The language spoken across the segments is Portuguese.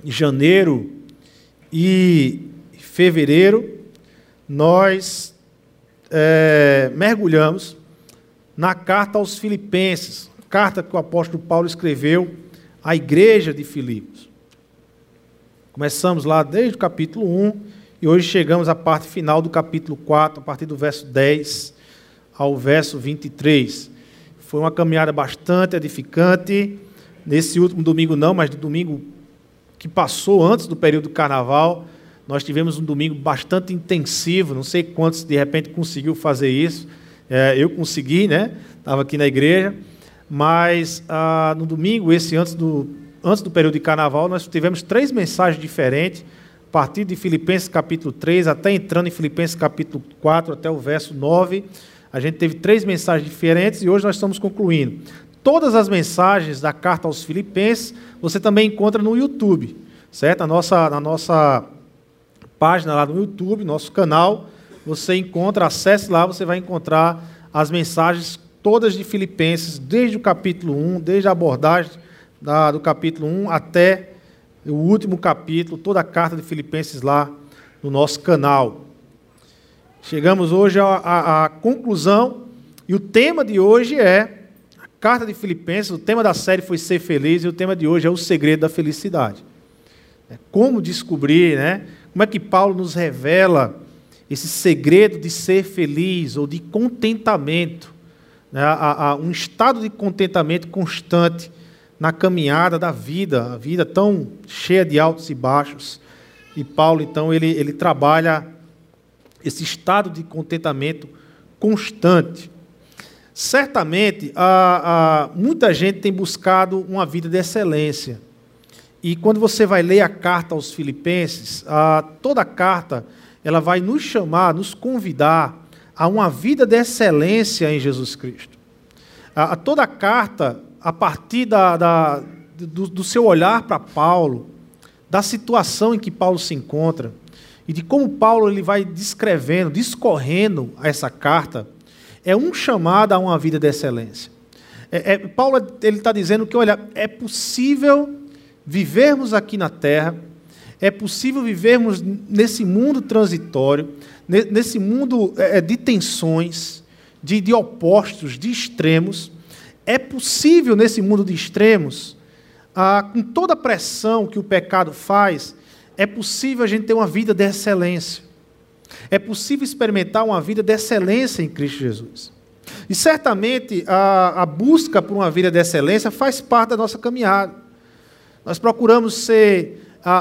janeiro e fevereiro, nós mergulhamos na carta aos Filipenses, carta que o apóstolo Paulo escreveu à igreja de Filipos. Começamos lá desde o capítulo 1 e hoje chegamos à parte final do capítulo 4, a partir do verso 10 ao verso 23. Foi uma caminhada bastante edificante, nesse último domingo não, mas no domingo que passou antes do período do carnaval, nós tivemos um domingo bastante intensivo, não sei quantos de repente conseguiu fazer isso, eu consegui, né? Estava aqui na igreja, mas no domingo, antes do período de carnaval, nós tivemos 3 mensagens diferentes, a partir de Filipenses capítulo 3, até entrando em Filipenses capítulo 4, até o verso 9, a gente teve 3 mensagens diferentes e hoje nós estamos concluindo. Todas as mensagens da carta aos Filipenses, você também encontra no YouTube, certo? Na nossa página lá no YouTube, nosso canal, você encontra, acesse lá, você vai encontrar as mensagens todas de Filipenses, desde o capítulo 1, desde a abordagem do capítulo 1 até o último capítulo, toda a carta de Filipenses lá no nosso canal. Chegamos hoje à conclusão, e o tema de hoje é a carta de Filipenses. O tema da série foi Ser Feliz, e o tema de hoje é o segredo da felicidade. Como descobrir, né? Como é que Paulo nos revela esse segredo de ser feliz ou de contentamento, né? Um estado de contentamento constante na caminhada da vida, a vida tão cheia de altos e baixos. E Paulo, então, ele trabalha esse estado de contentamento constante. Certamente, muita gente tem buscado uma vida de excelência. E quando você vai ler a carta aos Filipenses, toda a carta ela vai nos chamar, nos convidar a uma vida de excelência em Jesus Cristo. Toda a carta, a partir do seu olhar para Paulo, da situação em que Paulo se encontra, e de como Paulo ele vai descrevendo, discorrendo essa carta, é um chamado a uma vida de excelência. Paulo ele está dizendo que, olha, é possível vivermos aqui na terra, é possível vivermos nesse mundo transitório, nesse mundo de tensões, de opostos, de extremos. É possível nesse mundo de extremos, com toda a pressão que o pecado faz, é possível a gente ter uma vida de excelência. É possível experimentar uma vida de excelência em Cristo Jesus. E certamente a busca por uma vida de excelência faz parte da nossa caminhada. Nós procuramos ter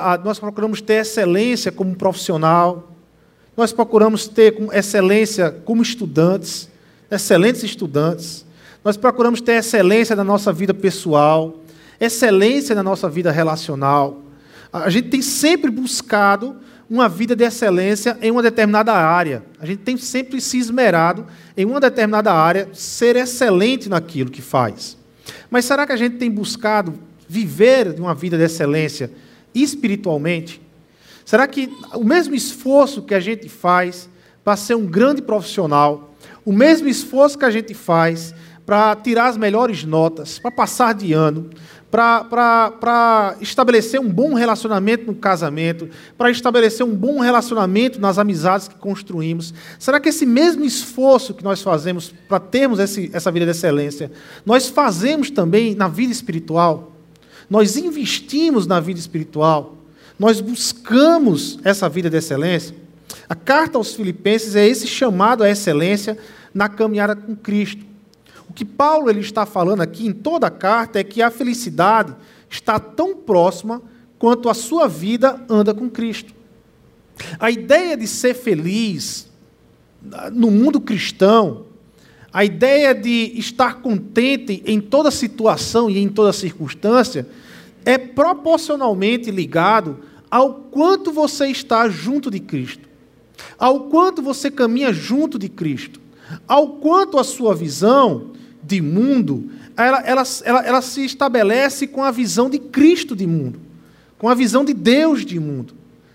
excelência como profissional, nós procuramos ter excelência como estudantes, excelentes estudantes, nós procuramos ter excelência na nossa vida pessoal, excelência na nossa vida relacional. A gente tem sempre buscado uma vida de excelência em uma determinada área. A gente tem sempre se esmerado em uma determinada área, ser excelente naquilo que faz. Mas será que a gente tem buscado viver uma vida de excelência espiritualmente? Será que o mesmo esforço que a gente faz para ser um grande profissional, o mesmo esforço que a gente faz para tirar as melhores notas, para passar de ano, para estabelecer um bom relacionamento no casamento, para estabelecer um bom relacionamento nas amizades que construímos, será que esse mesmo esforço que nós fazemos para termos essa vida de excelência, nós fazemos também na vida espiritual? Nós investimos na vida espiritual? Nós buscamos essa vida de excelência? A carta aos Filipenses é esse chamado à excelência na caminhada com Cristo. O que Paulo ele está falando aqui em toda a carta é que a felicidade está tão próxima quanto a sua vida anda com Cristo. A ideia de ser feliz no mundo cristão, a ideia de estar contente em toda situação e em toda circunstância, é proporcionalmente ligado ao quanto você está junto de Cristo, ao quanto você caminha junto de Cristo, ao quanto a sua visão de mundo, ela se estabelece com a visão de Cristo de mundo, com a visão de Deus de mundo.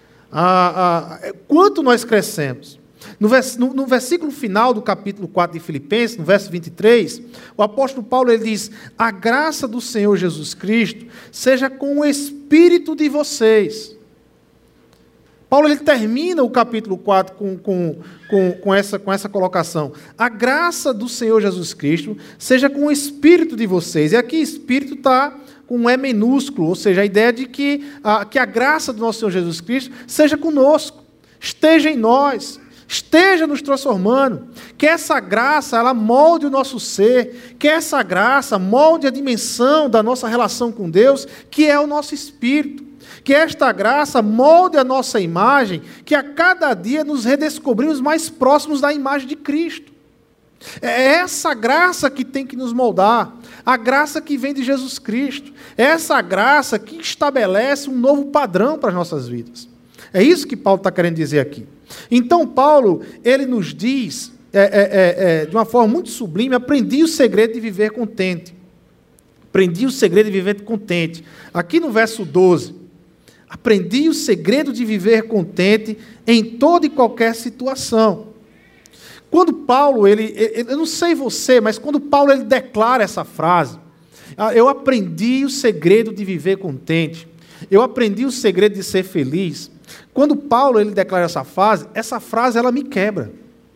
Quanto nós crescemos. No versículo final do capítulo 4 de Filipenses, no verso 23, o apóstolo Paulo ele diz: a graça do Senhor Jesus Cristo seja com o Espírito espírito de vocês. Paulo ele termina o capítulo 4 com essa colocação. A graça do Senhor Jesus Cristo seja com o espírito de vocês. E aqui espírito está com um E minúsculo, ou seja, a ideia de que a graça do nosso Senhor Jesus Cristo seja conosco, esteja em nós, esteja nos transformando, que essa graça ela molde o nosso ser, que essa graça molde a dimensão da nossa relação com Deus, que é o nosso espírito, que esta graça molde a nossa imagem, que a cada dia nos redescobrimos mais próximos da imagem de Cristo. É essa graça que tem que nos moldar, a graça que vem de Jesus Cristo, é essa graça que estabelece um novo padrão para as nossas vidas. É isso que Paulo está querendo dizer aqui. Então Paulo, ele nos diz, de uma forma muito sublime, aprendi o segredo de viver contente. Aprendi o segredo de viver contente. Aqui no verso 12, aprendi o segredo de viver contente em toda e qualquer situação. Quando Paulo, eu não sei você, mas quando Paulo ele declara essa frase, eu aprendi o segredo de viver contente, eu aprendi o segredo de ser feliz. Quando Paulo ele declara essa frase ela me quebra.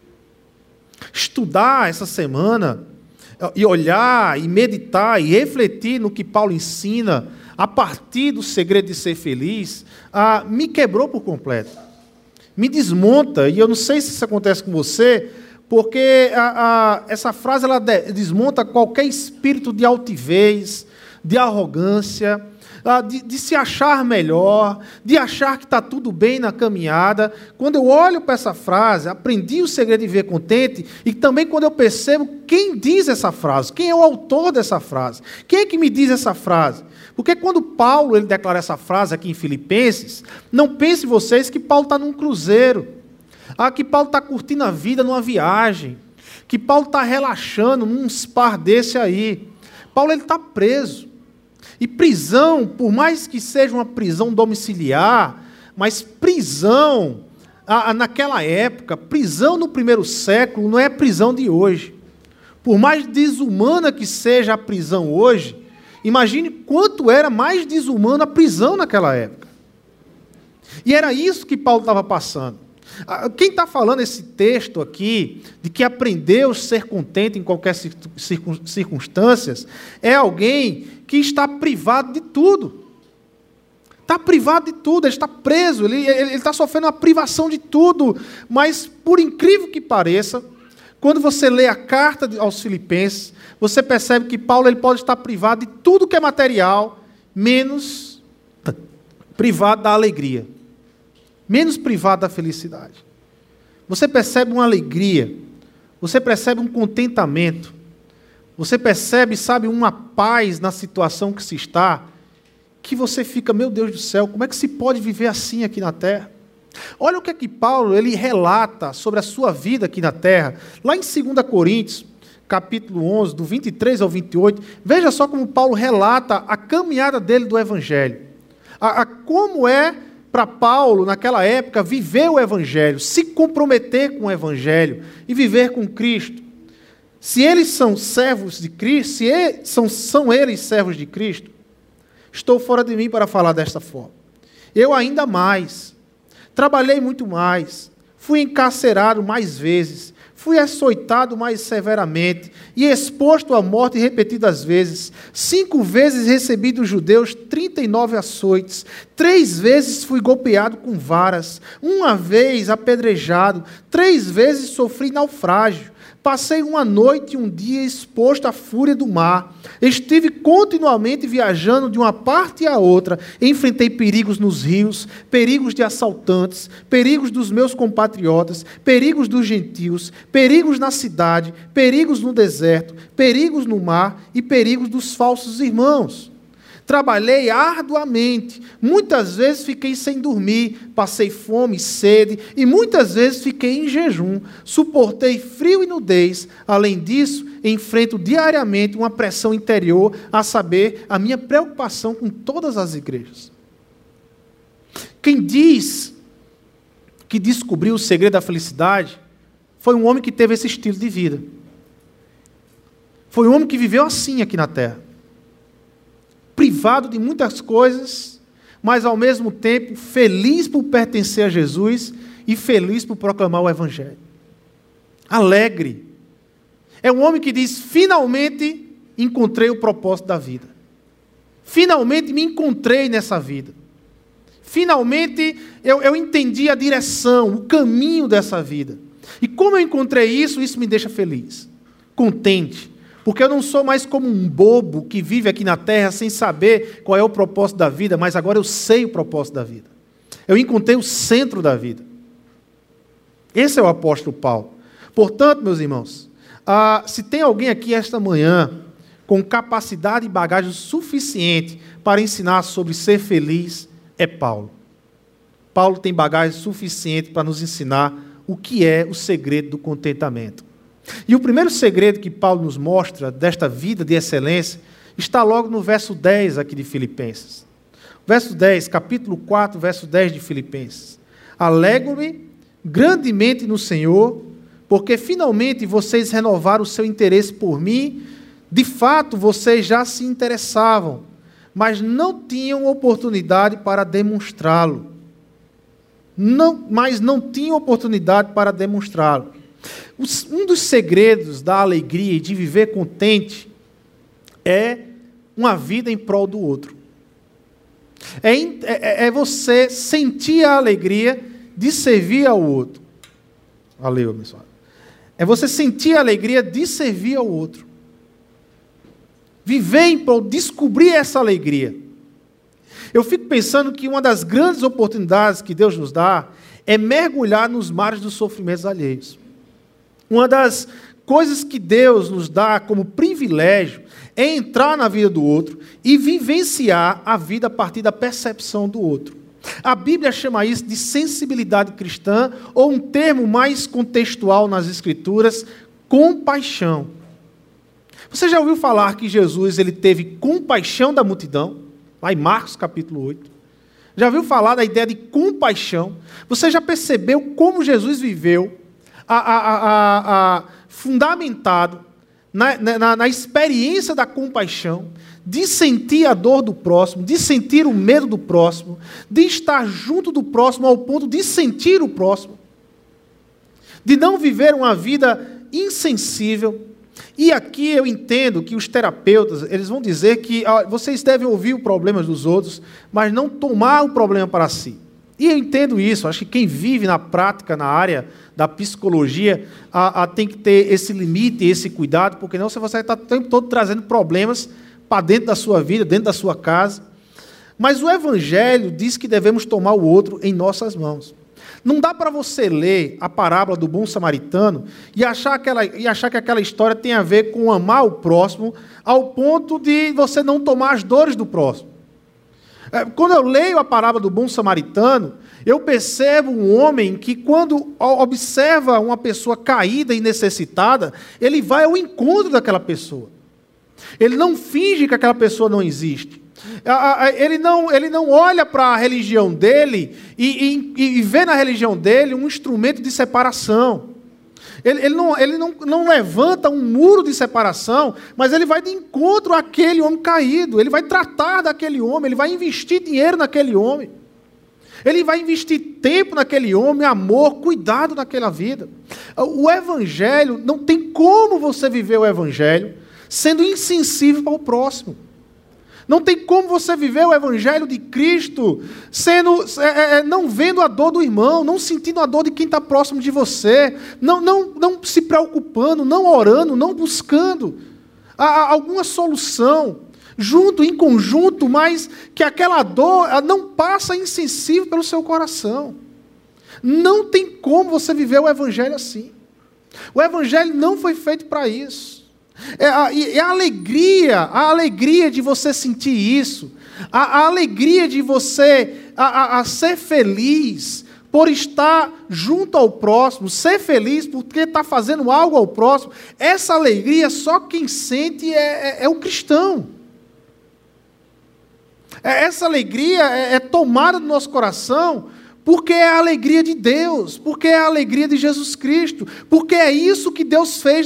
Estudar essa semana, e olhar, e meditar, e refletir no que Paulo ensina, a partir do segredo de ser feliz, me quebrou por completo. Me desmonta, e eu não sei se isso acontece com você, porque essa frase ela desmonta qualquer espírito de altivez, de arrogância, de se achar melhor, de achar que está tudo bem na caminhada. Quando eu olho para essa frase, aprendi o segredo de viver contente, e também quando eu percebo quem diz essa frase, quem é o autor dessa frase, quem é que me diz essa frase. Porque quando Paulo ele declara essa frase aqui em Filipenses, não pense vocês que Paulo está num cruzeiro, que Paulo está curtindo a vida numa viagem, que Paulo está relaxando num spa desse aí. Paulo está preso. E prisão, por mais que seja uma prisão domiciliar, mas prisão, naquela época, prisão no primeiro século não é prisão de hoje. Por mais desumana que seja a prisão hoje, imagine quanto era mais desumana a prisão naquela época. E era isso que Paulo estava passando. Quem está falando esse texto aqui, de que aprendeu a ser contente em qualquer circunstância, é alguém que está privado de tudo. Está privado de tudo, ele está preso, ele está sofrendo uma privação de tudo. Mas, por incrível que pareça, quando você lê a carta aos Filipenses, você percebe que Paulo ele pode estar privado de tudo que é material, menos privado da alegria. Menos privado da felicidade. Você percebe uma alegria, você percebe um contentamento, você percebe, sabe, uma paz na situação que se está, que você fica, meu Deus do céu, como é que se pode viver assim aqui na terra? Olha o que é que Paulo ele relata sobre a sua vida aqui na terra, lá em 2 Coríntios, capítulo 11, do 23 ao 28, veja só como Paulo relata a caminhada dele do Evangelho, como é para Paulo, naquela época, viver o Evangelho, se comprometer com o Evangelho e viver com Cristo. Se eles são servos de Cristo, são eles servos de Cristo, estou fora de mim para falar desta forma. Eu ainda mais, trabalhei muito mais, fui encarcerado mais vezes, fui açoitado mais severamente e exposto à morte repetidas vezes. 5 vezes recebi dos judeus 39 açoites. 3 vezes fui golpeado com varas. 1 vez apedrejado. 3 vezes sofri naufrágio. Passei 1 noite e 1 dia exposto à fúria do mar. Estive continuamente viajando de uma parte a outra. Enfrentei perigos nos rios, perigos de assaltantes, perigos dos meus compatriotas, perigos dos gentios, perigos na cidade, perigos no deserto, perigos no mar e perigos dos falsos irmãos. Trabalhei arduamente, muitas vezes fiquei sem dormir, passei fome e sede, e muitas vezes fiquei em jejum, suportei frio e nudez. Além disso, enfrento diariamente uma pressão interior, a saber, a minha preocupação com todas as igrejas. Quem diz que descobriu o segredo da felicidade foi um homem que teve esse estilo de vida. Foi um homem que viveu assim aqui na terra. Privado de muitas coisas, mas ao mesmo tempo feliz por pertencer a Jesus e feliz por proclamar o Evangelho. Alegre. É um homem que diz: finalmente encontrei o propósito da vida. Finalmente me encontrei nessa vida. Finalmente eu entendi a direção, o caminho dessa vida. E como eu encontrei isso, isso me deixa feliz, contente. Porque eu não sou mais como um bobo que vive aqui na terra sem saber qual é o propósito da vida, mas agora eu sei o propósito da vida. Eu encontrei o centro da vida. Esse é o apóstolo Paulo. Portanto, meus irmãos, se tem alguém aqui esta manhã com capacidade e bagagem suficiente para ensinar sobre ser feliz, é Paulo. Paulo tem bagagem suficiente para nos ensinar o que é o segredo do contentamento. E o primeiro segredo que Paulo nos mostra desta vida de excelência está logo no verso 10 aqui de Filipenses. Verso 10, capítulo 4, verso 10 de Filipenses. Alegro-me grandemente no Senhor, porque finalmente vocês renovaram o seu interesse por mim. De fato, vocês já se interessavam, mas não tinham oportunidade para demonstrá-lo. Mas não tinham oportunidade para demonstrá-lo. Um dos segredos da alegria e de viver contente é uma vida em prol do outro. É você sentir a alegria de servir ao outro. Valeu, pessoal. É você sentir a alegria de servir ao outro. Viver em prol, descobrir essa alegria. Eu fico pensando que uma das grandes oportunidades que Deus nos dá é mergulhar nos mares dos sofrimentos alheios. Uma das coisas que Deus nos dá como privilégio é entrar na vida do outro e vivenciar a vida a partir da percepção do outro. A Bíblia chama isso de sensibilidade cristã, ou um termo mais contextual nas Escrituras, compaixão. Você já ouviu falar que Jesus ele teve compaixão da multidão? Lá em Marcos capítulo 8. Já ouviu falar da ideia de compaixão? Você já percebeu como Jesus viveu fundamentado na experiência da compaixão, de sentir a dor do próximo, de sentir o medo do próximo, de estar junto do próximo ao ponto de sentir o próximo, de não viver uma vida insensível. E aqui eu entendo que os terapeutas, eles vão dizer que vocês devem ouvir os problemas dos outros, mas não tomar o problema para si. E eu entendo isso, acho que quem vive na prática, na área da psicologia, tem que ter esse limite, esse cuidado, porque não você vai estar o tempo todo trazendo problemas para dentro da sua vida, dentro da sua casa. Mas o Evangelho diz que devemos tomar o outro em nossas mãos. Não dá para você ler a parábola do bom samaritano e achar que aquela história tem a ver com amar o próximo ao ponto de você não tomar as dores do próximo. Quando eu leio a parábola do bom samaritano, eu percebo um homem que, quando observa uma pessoa caída e necessitada, ele vai ao encontro daquela pessoa. Ele não finge que aquela pessoa não existe. Ele não olha para a religião dele e vê na religião dele um instrumento de separação. Ele não levanta um muro de separação, mas ele vai de encontro àquele homem caído. Ele vai tratar daquele homem, ele vai investir dinheiro naquele homem. Ele vai investir tempo naquele homem, amor, cuidado naquela vida. O Evangelho, não tem como você viver o Evangelho sendo insensível para o próximo. Não tem como você viver o Evangelho de Cristo não vendo a dor do irmão, não sentindo a dor de quem está próximo de você, não se preocupando, não orando, não buscando alguma solução, junto, em conjunto, mas que aquela dor não passa insensível pelo seu coração. Não tem como você viver o Evangelho assim. O Evangelho não foi feito para isso. A alegria de você sentir isso, a alegria de você ser feliz por estar junto ao próximo, ser feliz porque está fazendo algo ao próximo, essa alegria só quem sente é o cristão. Essa alegria é tomada do nosso coração porque é a alegria de Deus, porque é a alegria de Jesus Cristo, porque é isso que Deus fez na terra, porque foi isso que Deus fez com a salvação.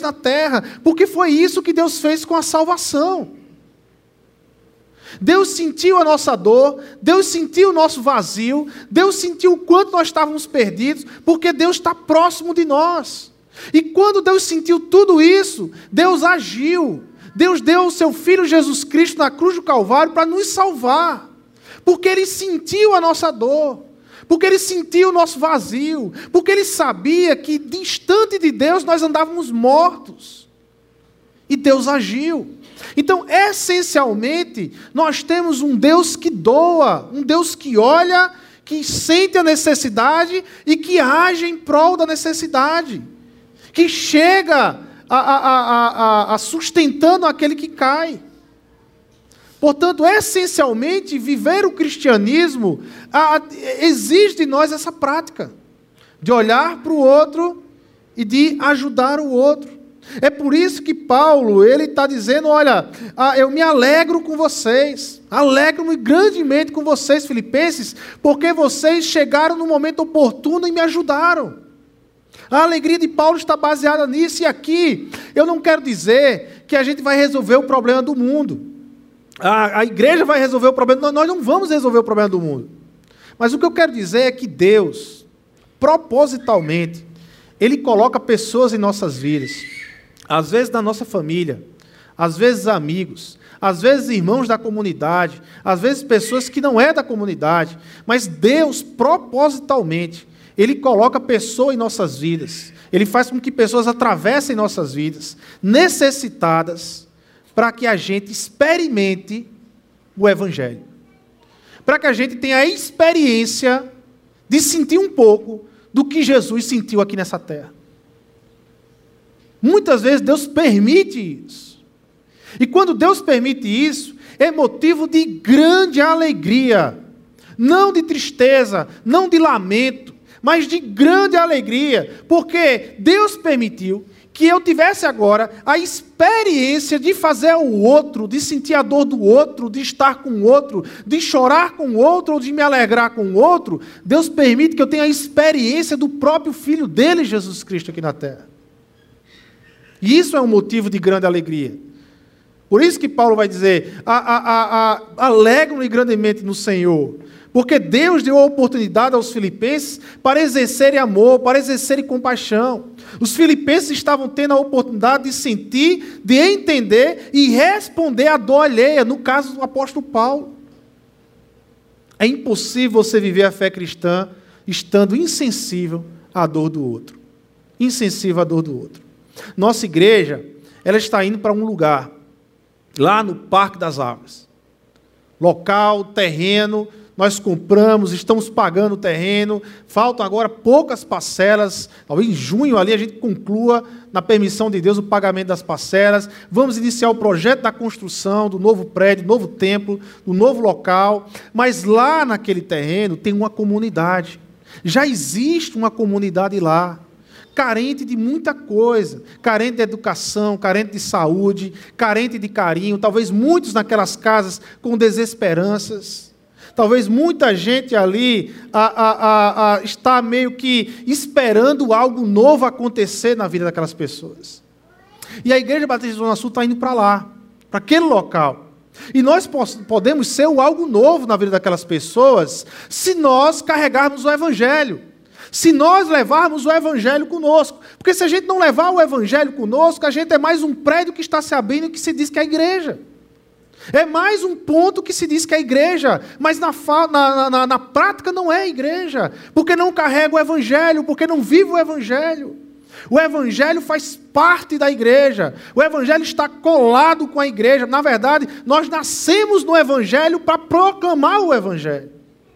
Deus sentiu a nossa dor, Deus sentiu o nosso vazio, Deus sentiu o quanto nós estávamos perdidos, porque Deus está próximo de nós. E quando Deus sentiu tudo isso, Deus agiu. Deus deu o seu Filho Jesus Cristo na cruz do Calvário para nos salvar. Porque Ele sentiu a nossa dor, porque Ele sentiu o nosso vazio, porque Ele sabia que distante de Deus nós andávamos mortos. E Deus agiu. Então, essencialmente, nós temos um Deus que doa, um Deus que olha, que sente a necessidade e que age em prol da necessidade, que chega a sustentando aquele que cai. Portanto, essencialmente, viver o cristianismo exige de nós essa prática de olhar para o outro e de ajudar o outro. É por isso que Paulo ele está dizendo, olha, eu me alegro com vocês, alegro-me grandemente com vocês, filipenses, porque vocês chegaram no momento oportuno e me ajudaram. A alegria de Paulo está baseada nisso, e aqui eu não quero dizer que a gente vai resolver o problema do mundo. A igreja vai resolver o problema, nós não vamos resolver o problema do mundo. Mas o que eu quero dizer é que Deus, propositalmente, Ele coloca pessoas em nossas vidas, às vezes na nossa família, às vezes amigos, às vezes irmãos da comunidade, às vezes pessoas que não é da comunidade, mas Deus, propositalmente, Ele coloca pessoas em nossas vidas, Ele faz com que pessoas atravessem nossas vidas, necessitadas, para que a gente experimente o Evangelho. Para que a gente tenha a experiência de sentir um pouco do que Jesus sentiu aqui nessa terra. Muitas vezes Deus permite isso. E quando Deus permite isso, é motivo de grande alegria. Não de tristeza, não de lamento, mas de grande alegria. Porque Deus permitiu que eu tivesse agora a experiência de fazer o outro, de sentir a dor do outro, de estar com o outro, de chorar com o outro ou de me alegrar com o outro. Deus permite que eu tenha a experiência do próprio Filho dele, Jesus Cristo, aqui na terra. E isso é um motivo de grande alegria. Por isso que Paulo vai dizer, alegro-me grandemente no Senhor, porque Deus deu a oportunidade aos filipenses para exercerem amor, para exercerem compaixão. Os filipenses estavam tendo a oportunidade de sentir, de entender e responder à dor alheia, no caso do apóstolo Paulo. É impossível você viver a fé cristã estando insensível à dor do outro. Insensível à dor do outro. Nossa igreja, ela está indo para um lugar, lá no Parque das Árvores. Local, terreno, nós compramos, estamos pagando o terreno, faltam agora poucas parcelas, talvez em junho ali a gente conclua, na permissão de Deus, o pagamento das parcelas, vamos iniciar o projeto da construção do novo prédio, do novo templo, do novo local, mas lá naquele terreno tem uma comunidade, já existe uma comunidade lá, carente de muita coisa, carente de educação, carente de saúde, carente de carinho, talvez muitos naquelas casas com desesperanças, talvez muita gente ali está meio que esperando algo novo acontecer na vida daquelas pessoas. E a Igreja Batista Zona Sul está indo para lá, para aquele local. E nós podemos ser o algo novo na vida daquelas pessoas se nós carregarmos o Evangelho. Se nós levarmos o Evangelho conosco. Porque se a gente não levar o Evangelho conosco, a gente é mais um prédio que está se abrindo e que se diz que é a igreja. É mais um ponto que se diz que é a igreja, mas na prática não é a igreja. Porque não carrega o Evangelho, porque não vive o Evangelho. O Evangelho faz parte da igreja. O Evangelho está colado com a igreja. Na verdade, nós nascemos no Evangelho para proclamar o Evangelho.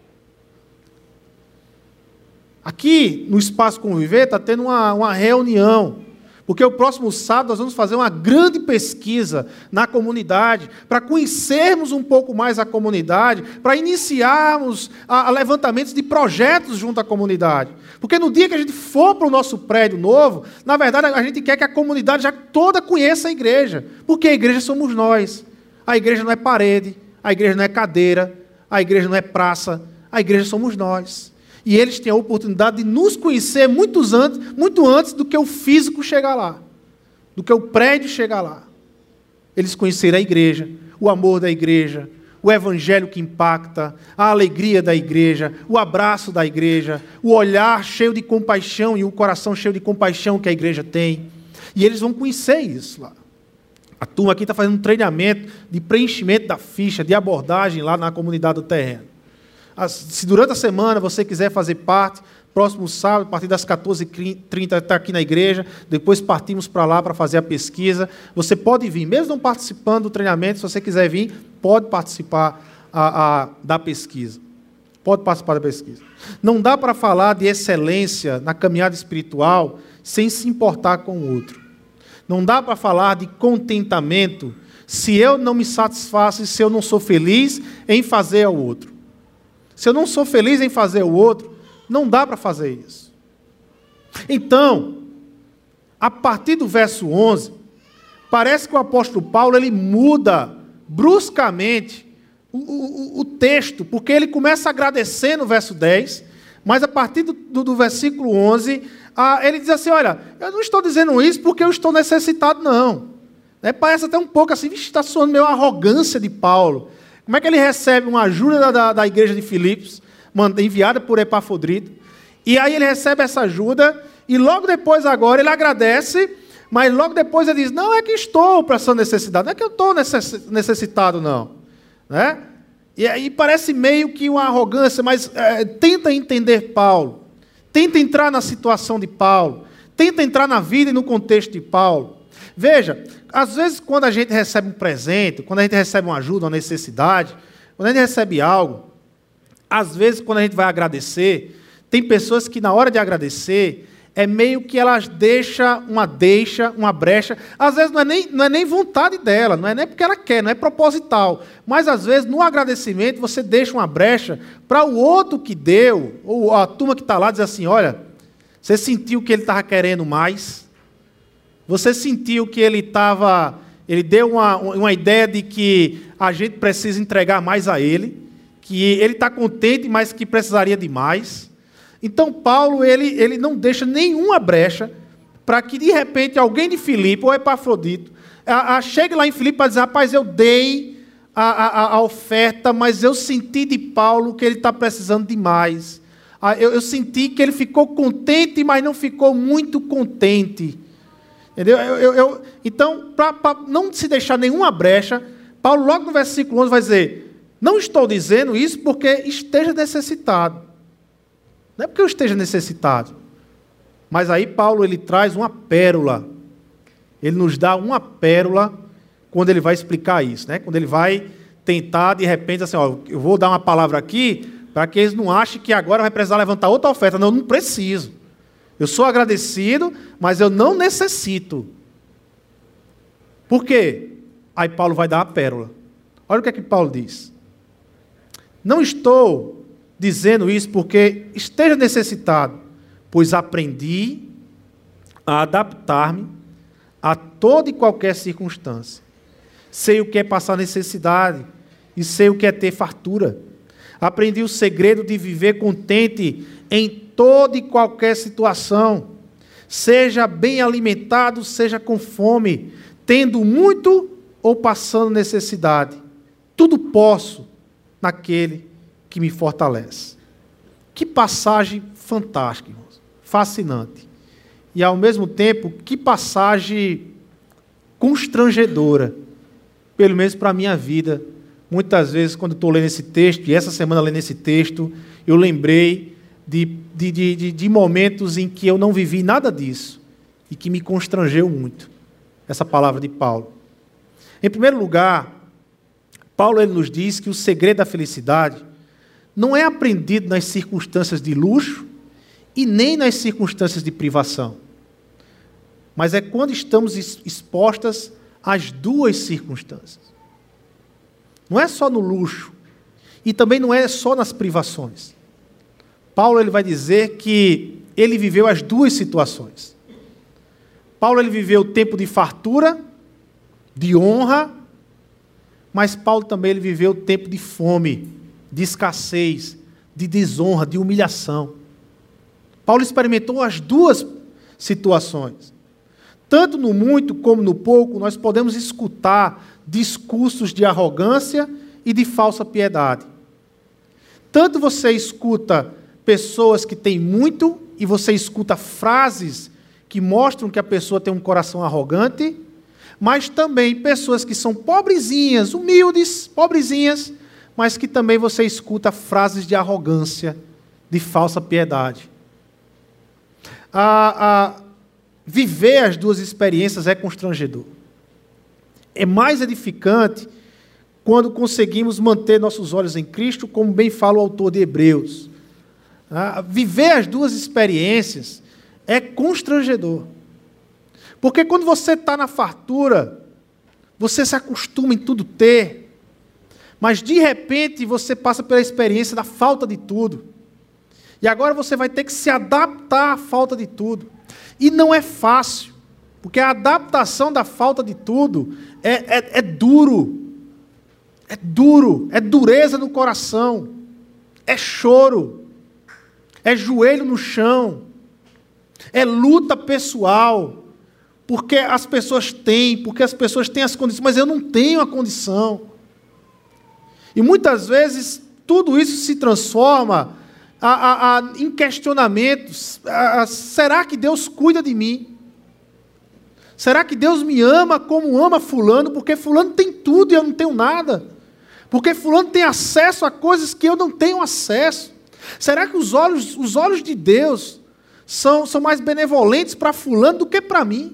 Aqui, no Espaço Conviver, está tendo uma reunião, porque o próximo sábado nós vamos fazer uma grande pesquisa na comunidade, para conhecermos um pouco mais a comunidade, para iniciarmos levantamentos de projetos junto à comunidade. Porque no dia que a gente for para o nosso prédio novo, na verdade a gente quer que a comunidade já toda conheça a igreja, porque a igreja somos nós. A igreja não é parede, a igreja não é cadeira, a igreja não é praça, a igreja somos nós. E eles têm a oportunidade de nos conhecer muito antes do que o físico chegar lá, do que o prédio chegar lá. Eles conheceram a igreja, o amor da igreja, o evangelho que impacta, a alegria da igreja, o abraço da igreja, o olhar cheio de compaixão e o coração cheio de compaixão que a igreja tem. E eles vão conhecer isso lá. A turma aqui está fazendo um treinamento de preenchimento da ficha, de abordagem lá na comunidade do terreno. Se durante a semana você quiser fazer parte, próximo sábado, a partir das 14h30, está aqui na igreja, depois partimos para lá para fazer a pesquisa. Você pode vir, mesmo não participando do treinamento, se você quiser vir, pode participar da pesquisa. Pode participar da pesquisa. Não dá para falar de excelência na caminhada espiritual sem se importar com o outro. Não dá para falar de contentamento se eu não me satisfaço e se eu não sou feliz em fazer ao outro. Se eu não sou feliz em fazer ao outro, não dá para fazer isso. Então, a partir do verso 11, parece que o apóstolo Paulo ele muda bruscamente o texto, porque ele começa a agradecer no verso 10, mas a partir do versículo 11, ele diz assim, olha, eu não estou dizendo isso porque eu estou necessitado, não. Parece até um pouco assim, está soando meio arrogância de Paulo. Como é que ele recebe uma ajuda da igreja de Filipos, enviada por Epafrodito, e aí ele recebe essa ajuda, e logo depois agora ele agradece, mas logo depois ele diz, não é que estou passando necessidade, não é que eu estou necessitado, não. Né? E aí parece meio que uma arrogância, mas tenta entender Paulo, tenta entrar na situação de Paulo, tenta entrar na vida e no contexto de Paulo. Veja, às vezes quando a gente recebe um presente, quando a gente recebe uma ajuda, uma necessidade, quando a gente recebe algo, às vezes quando a gente vai agradecer, tem pessoas que na hora de agradecer, é meio que elas deixam uma brecha, às vezes não é nem vontade dela, não é nem porque ela quer, não é proposital, mas às vezes no agradecimento você deixa uma brecha para o outro que deu, ou a turma que está lá diz assim, olha, você sentiu que ele estava querendo mais? Você sentiu que ele deu uma ideia de que a gente precisa entregar mais a ele, que ele está contente, mas que precisaria de mais. Então, Paulo, ele não deixa nenhuma brecha para que, de repente, alguém de Filipe, ou Epafrodito, chegue lá em Filipe para dizer, rapaz, eu dei a oferta, mas eu senti de Paulo que ele está precisando de mais. Eu senti que ele ficou contente, mas não ficou muito contente. Entendeu? Então, para não se deixar nenhuma brecha, Paulo, logo no versículo 11, vai dizer, não estou dizendo isso porque esteja necessitado. Não é porque eu esteja necessitado. Mas aí Paulo ele traz uma pérola. Ele nos dá uma pérola quando ele vai explicar isso. Né? Quando ele vai tentar, de repente, assim, ó, eu vou dar uma palavra aqui para que eles não achem que agora vai precisar levantar outra oferta. Não, eu não preciso. Eu sou agradecido, mas eu não necessito. Por quê? Aí Paulo vai dar a pérola. Olha o que é que Paulo diz. Não estou dizendo isso porque esteja necessitado, pois aprendi a adaptar-me a toda e qualquer circunstância. Sei o que é passar necessidade e sei o que é ter fartura. Aprendi o segredo de viver contente em toda e qualquer situação. Seja bem alimentado, seja com fome, tendo muito ou passando necessidade. Tudo posso naquele que me fortalece. Que passagem fantástica, irmãos. Fascinante. E, ao mesmo tempo, que passagem constrangedora, pelo menos para a minha vida. Muitas vezes, quando estou lendo esse texto, e essa semana lendo esse texto, eu lembrei de momentos em que eu não vivi nada disso, e que me constrangeu muito, essa palavra de Paulo. Em primeiro lugar, Paulo ele nos diz que o segredo da felicidade não é aprendido nas circunstâncias de luxo e nem nas circunstâncias de privação. Mas é quando estamos expostas às duas circunstâncias. Não é só no luxo e também não é só nas privações. Paulo ele vai dizer que ele viveu as duas situações. Paulo ele viveu o tempo de fartura, de honra, mas Paulo também ele viveu o tempo de fome, de escassez, de desonra, de humilhação. Paulo experimentou as duas situações. Tanto no muito como no pouco, nós podemos escutar discursos de arrogância e de falsa piedade. Tanto você escuta pessoas que têm muito e você escuta frases que mostram que a pessoa tem um coração arrogante, mas também pessoas que são pobrezinhas, humildes, pobrezinhas, mas que também você escuta frases de arrogância, de falsa piedade. Viver as duas experiências é constrangedor. É mais edificante quando conseguimos manter nossos olhos em Cristo, como bem fala o autor de Hebreus. Viver as duas experiências é constrangedor. Porque quando você está na fartura, você se acostuma em tudo ter, mas de repente você passa pela experiência da falta de tudo. E agora você vai ter que se adaptar à falta de tudo. E não é fácil, porque a adaptação da falta de tudo é duro. É duro, é dureza no coração, é choro, é joelho no chão, é luta pessoal, porque as pessoas têm as condições, mas eu não tenho a condição. E muitas vezes tudo isso se transforma em questionamentos. Será que Deus cuida de mim? Será que Deus me ama como ama fulano? Porque fulano tem tudo e eu não tenho nada. Porque fulano tem acesso a coisas que eu não tenho acesso. Será que os olhos de Deus são mais benevolentes para fulano do que para mim?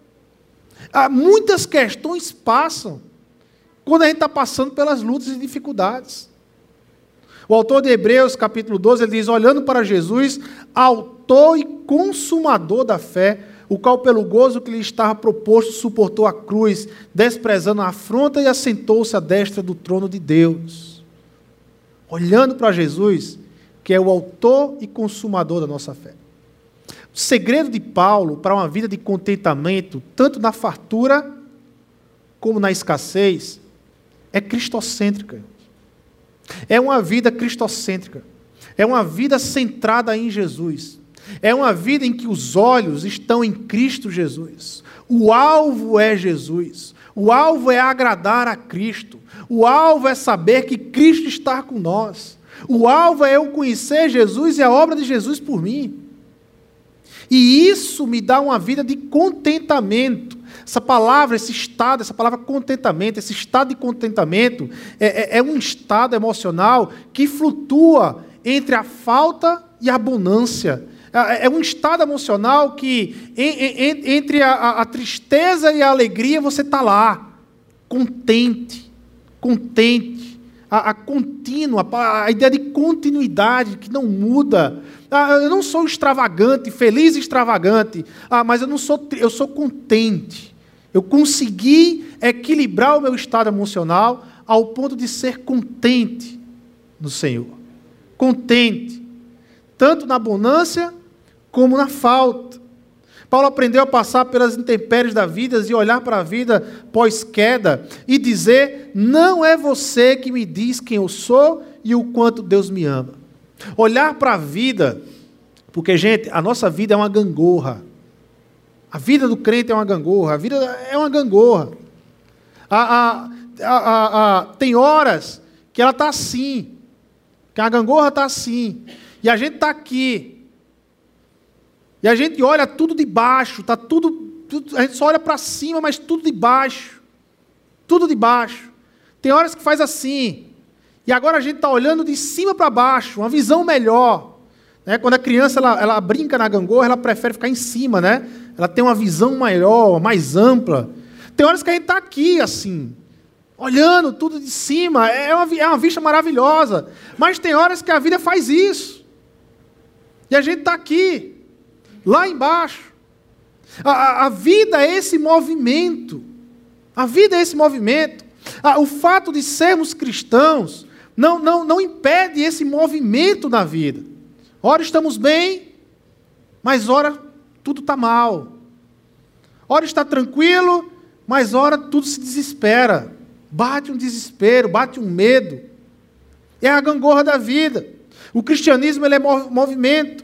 Muitas questões passam quando a gente está passando pelas lutas e dificuldades. O autor de Hebreus, capítulo 12, ele diz, olhando para Jesus, autor e consumador da fé, o qual pelo gozo que lhe estava proposto suportou a cruz, desprezando a afronta e assentou-se à destra do trono de Deus. Olhando para Jesus, que é o autor e consumador da nossa fé. O segredo de Paulo para uma vida de contentamento, tanto na fartura como na escassez, é cristocêntrica. É uma vida cristocêntrica. É uma vida centrada em Jesus. É uma vida em que os olhos estão em Cristo Jesus. O alvo é Jesus. O alvo é agradar a Cristo. O alvo é saber que Cristo está com nós. O alvo é eu conhecer Jesus e a obra de Jesus por mim. E isso me dá uma vida de contentamento. Essa palavra, esse estado, essa palavra contentamento, esse estado de contentamento é um estado emocional que flutua entre a falta e a abundância. É um estado emocional que, entre a tristeza e a alegria, você está lá, contente, a contínua, a ideia de continuidade que não muda. Eu não sou extravagante, feliz e extravagante, mas eu sou contente. Eu consegui equilibrar o meu estado emocional ao ponto de ser contente no Senhor. Contente, tanto na abundância como na falta. Paulo aprendeu a passar pelas intempéries da vida e olhar para a vida pós-queda e dizer, não é você que me diz quem eu sou e o quanto Deus me ama. Olhar para a vida, porque, gente, a nossa vida é uma gangorra. A vida do crente é uma gangorra, a vida é uma gangorra. Tem horas que ela está assim, que a gangorra está assim, e a gente está aqui. E a gente olha tudo de baixo, tá tudo, a gente só olha para cima, mas tudo de baixo. Tudo de baixo. Tem horas que faz assim. E agora a gente está olhando de cima para baixo, uma visão melhor. Né? Quando a criança ela brinca na gangorra, ela prefere ficar em cima, né? Ela tem uma visão maior, mais ampla. Tem horas que a gente está aqui, assim, olhando tudo de cima. É uma vista maravilhosa. Mas tem horas que a vida faz isso. E a gente está aqui. Lá embaixo. A vida é esse movimento. A vida é esse movimento. O fato de sermos cristãos não impede esse movimento na vida. Ora estamos bem, mas ora tudo está mal. Ora está tranquilo, mas ora tudo se desespera. Bate um desespero, bate um medo. É a gangorra da vida. O cristianismo ele é movimento.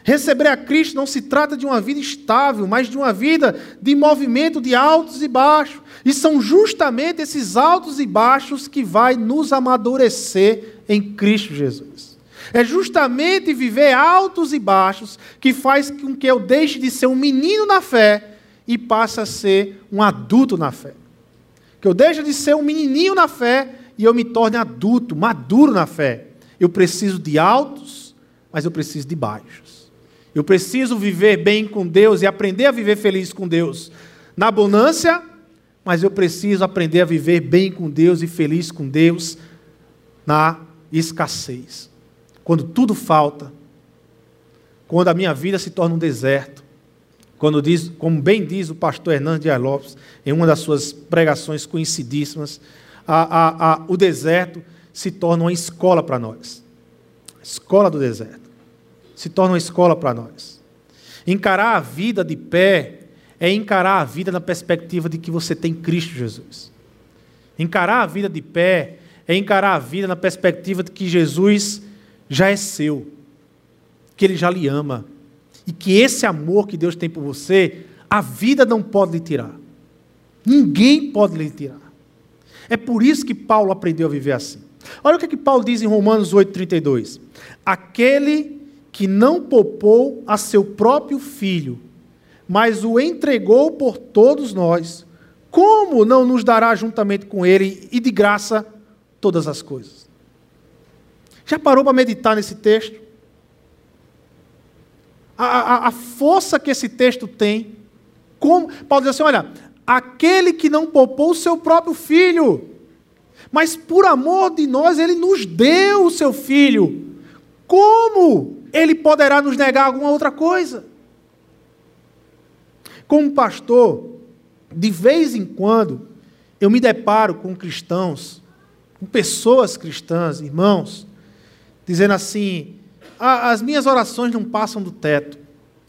Receber a Cristo não se trata de uma vida estável, mas de uma vida de movimento de altos e baixos. E são justamente esses altos e baixos que vai nos amadurecer em Cristo Jesus. É justamente viver altos e baixos que faz com que eu deixe de ser um menino na fé e passe a ser um adulto na fé. Que eu deixe de ser um menininho na fé e eu me torne adulto, maduro na fé. Eu preciso de altos, mas eu preciso de baixos. Eu preciso viver bem com Deus e aprender a viver feliz com Deus na abundância, mas eu preciso aprender a viver bem com Deus e feliz com Deus na escassez. Quando tudo falta, quando a minha vida se torna um deserto, quando diz, como bem diz o pastor Hernando Dias Lopes, em uma das suas pregações conhecidíssimas, o deserto se torna uma escola para nós. A escola do deserto. Se torna uma escola para nós. Encarar a vida de pé é encarar a vida na perspectiva de que você tem Cristo Jesus. Encarar a vida de pé é encarar a vida na perspectiva de que Jesus já é seu, que Ele já lhe ama, e que esse amor que Deus tem por você, a vida não pode lhe tirar. Ninguém pode lhe tirar. É por isso que Paulo aprendeu a viver assim. Olha o que Paulo diz em Romanos 8,32. Aquele que não poupou a seu próprio filho, mas o entregou por todos nós, como não nos dará juntamente com ele e de graça todas as coisas? Já parou para meditar nesse texto? A força que esse texto tem. Como Paulo diz assim, olha, aquele que não poupou o seu próprio filho, mas por amor de nós, ele nos deu o seu filho. Como ele poderá nos negar alguma outra coisa? Como pastor, de vez em quando, eu me deparo com cristãos, com pessoas cristãs, irmãos, dizendo assim, as minhas orações não passam do teto.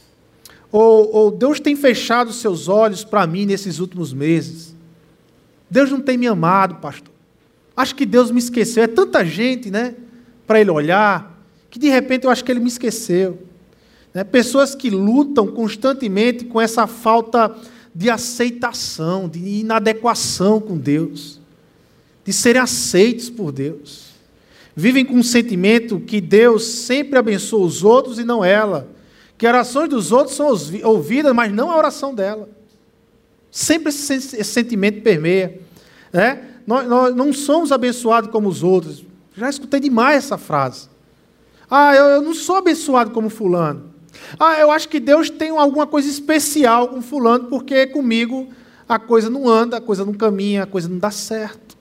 Ou Deus tem fechado os seus olhos para mim nesses últimos meses. Deus não tem me amado, pastor. Acho que Deus me esqueceu. É tanta gente, né, para Ele olhar, que de repente eu acho que Ele me esqueceu. Pessoas que lutam constantemente com essa falta de aceitação, de inadequação com Deus, de serem aceitos por Deus. Vivem com um sentimento que Deus sempre abençoa os outros e não ela. Que as orações dos outros são ouvidas, mas não a oração dela. Sempre esse sentimento permeia. Nós não somos abençoados como os outros. Já escutei demais essa frase. Eu não sou abençoado como fulano. Eu acho que Deus tem alguma coisa especial com fulano, porque comigo a coisa não anda, a coisa não caminha, a coisa não dá certo.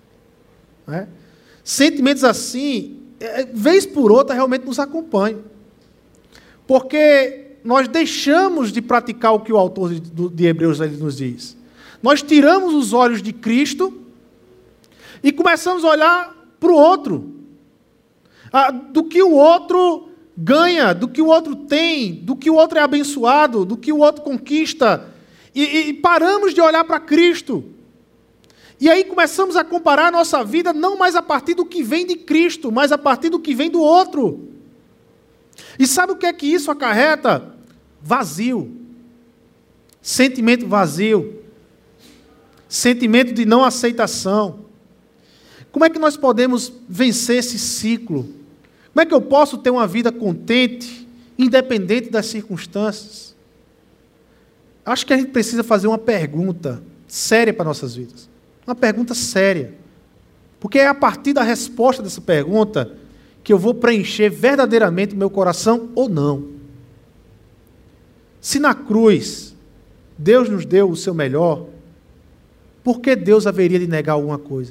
Sentimentos assim, vez por outra, realmente nos acompanham. Porque nós deixamos de praticar o que o autor de Hebreus nos diz. Nós tiramos os olhos de Cristo e começamos a olhar para o outro. Do que o outro ganha, do que o outro tem, do que o outro é abençoado, do que o outro conquista. E paramos de olhar para Cristo. E aí começamos a comparar a nossa vida não mais a partir do que vem de Cristo, mas a partir do que vem do outro. E sabe o que é que isso acarreta? Vazio. Sentimento vazio. Sentimento de não aceitação. Como é que nós podemos vencer esse ciclo? Como é que eu posso ter uma vida contente, independente das circunstâncias? Acho que a gente precisa fazer uma pergunta séria para nossas vidas. Uma pergunta séria. Porque é a partir da resposta dessa pergunta que eu vou preencher verdadeiramente o meu coração ou não. Se na cruz Deus nos deu o seu melhor, por que Deus haveria de negar alguma coisa?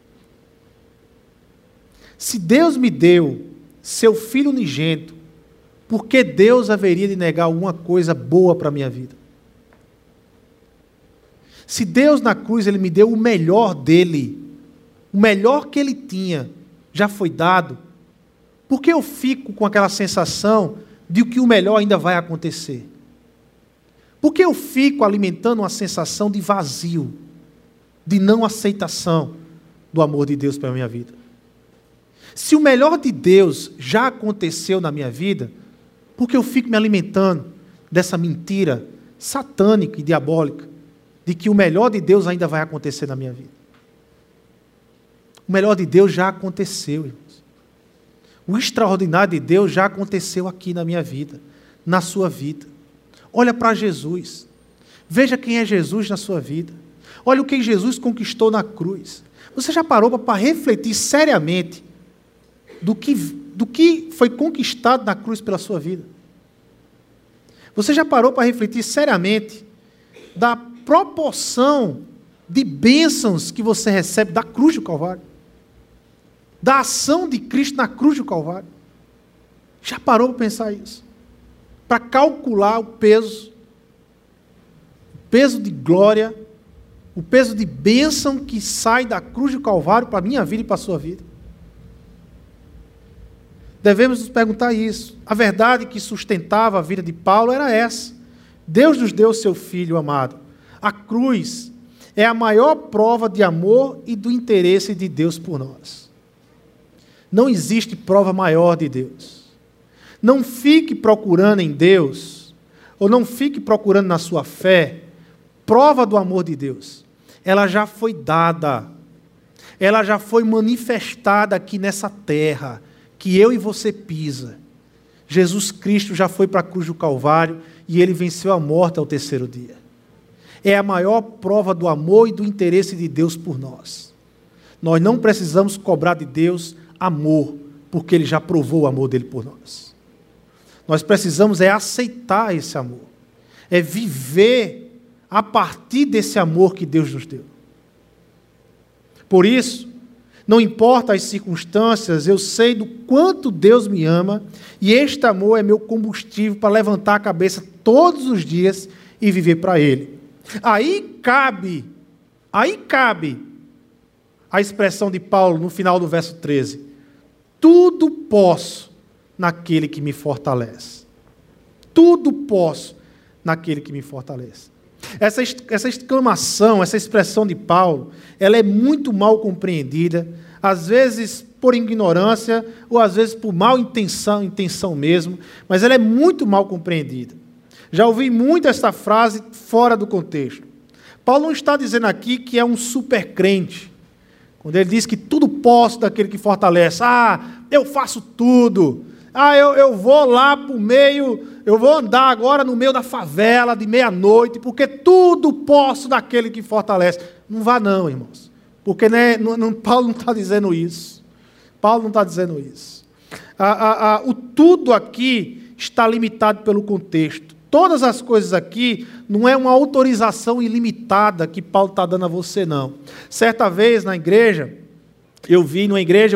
Se Deus me deu seu Filho unigênito, por que Deus haveria de negar alguma coisa boa para a minha vida? Se Deus na cruz Ele me deu o melhor dEle, o melhor que Ele tinha, já foi dado, por que eu fico com aquela sensação de que o melhor ainda vai acontecer? Por que eu fico alimentando uma sensação de vazio, de não aceitação do amor de Deus para a minha vida? Se o melhor de Deus já aconteceu na minha vida, Porque eu fico me alimentando dessa mentira satânica e diabólica de que o melhor de Deus ainda vai acontecer na minha vida. O melhor de Deus já aconteceu, irmãos. O extraordinário de Deus já aconteceu aqui na minha vida, na sua vida. Olha para Jesus. Veja quem é Jesus na sua vida. Olha o que Jesus conquistou na cruz. Você já parou para refletir seriamente do que foi conquistado na cruz pela sua vida? Você já parou para refletir seriamente da proporção de bênçãos que você recebe da cruz do Calvário? Da ação de Cristo na cruz do Calvário? Já parou para pensar isso? Para calcular o peso de glória, o peso de bênção que sai da cruz do Calvário para a minha vida e para a sua vida? Devemos nos perguntar isso. A verdade que sustentava a vida de Paulo era essa. Deus nos deu o seu Filho amado. A cruz é a maior prova de amor e do interesse de Deus por nós. Não existe prova maior de Deus. Não fique procurando em Deus, ou não fique procurando na sua fé, prova do amor de Deus. Ela já foi dada. Ela já foi manifestada aqui nessa terra, que eu e você pisa. Jesus Cristo já foi para a cruz do Calvário e ele venceu a morte ao terceiro dia. É a maior prova do amor e do interesse de Deus por nós. Nós não precisamos cobrar de Deus amor, porque ele já provou o amor dele por nós. Nós precisamos aceitar esse amor. É viver a partir desse amor que Deus nos deu. Por isso, não importa as circunstâncias, eu sei do quanto Deus me ama, e este amor é meu combustível para levantar a cabeça todos os dias e viver para Ele. Aí cabe a expressão de Paulo no final do verso 13: tudo posso naquele que me fortalece. Tudo posso naquele que me fortalece. Essa exclamação, essa expressão de Paulo, ela é muito mal compreendida, às vezes por ignorância, ou às vezes por mal intenção mesmo, mas ela é muito mal compreendida. Já ouvi muito essa frase fora do contexto. Paulo não está dizendo aqui que é um super crente, quando ele diz que tudo posso daquele que fortalece. Eu faço tudo. Eu vou lá para o meio, eu vou andar agora no meio da favela de meia-noite, porque tudo posso daquele que fortalece. Não vá não, irmãos, porque Paulo não está dizendo isso. Paulo não está dizendo isso. O tudo aqui está limitado pelo contexto. Todas as coisas aqui não é uma autorização ilimitada que Paulo está dando a você, não. Certa vez na igreja, eu vi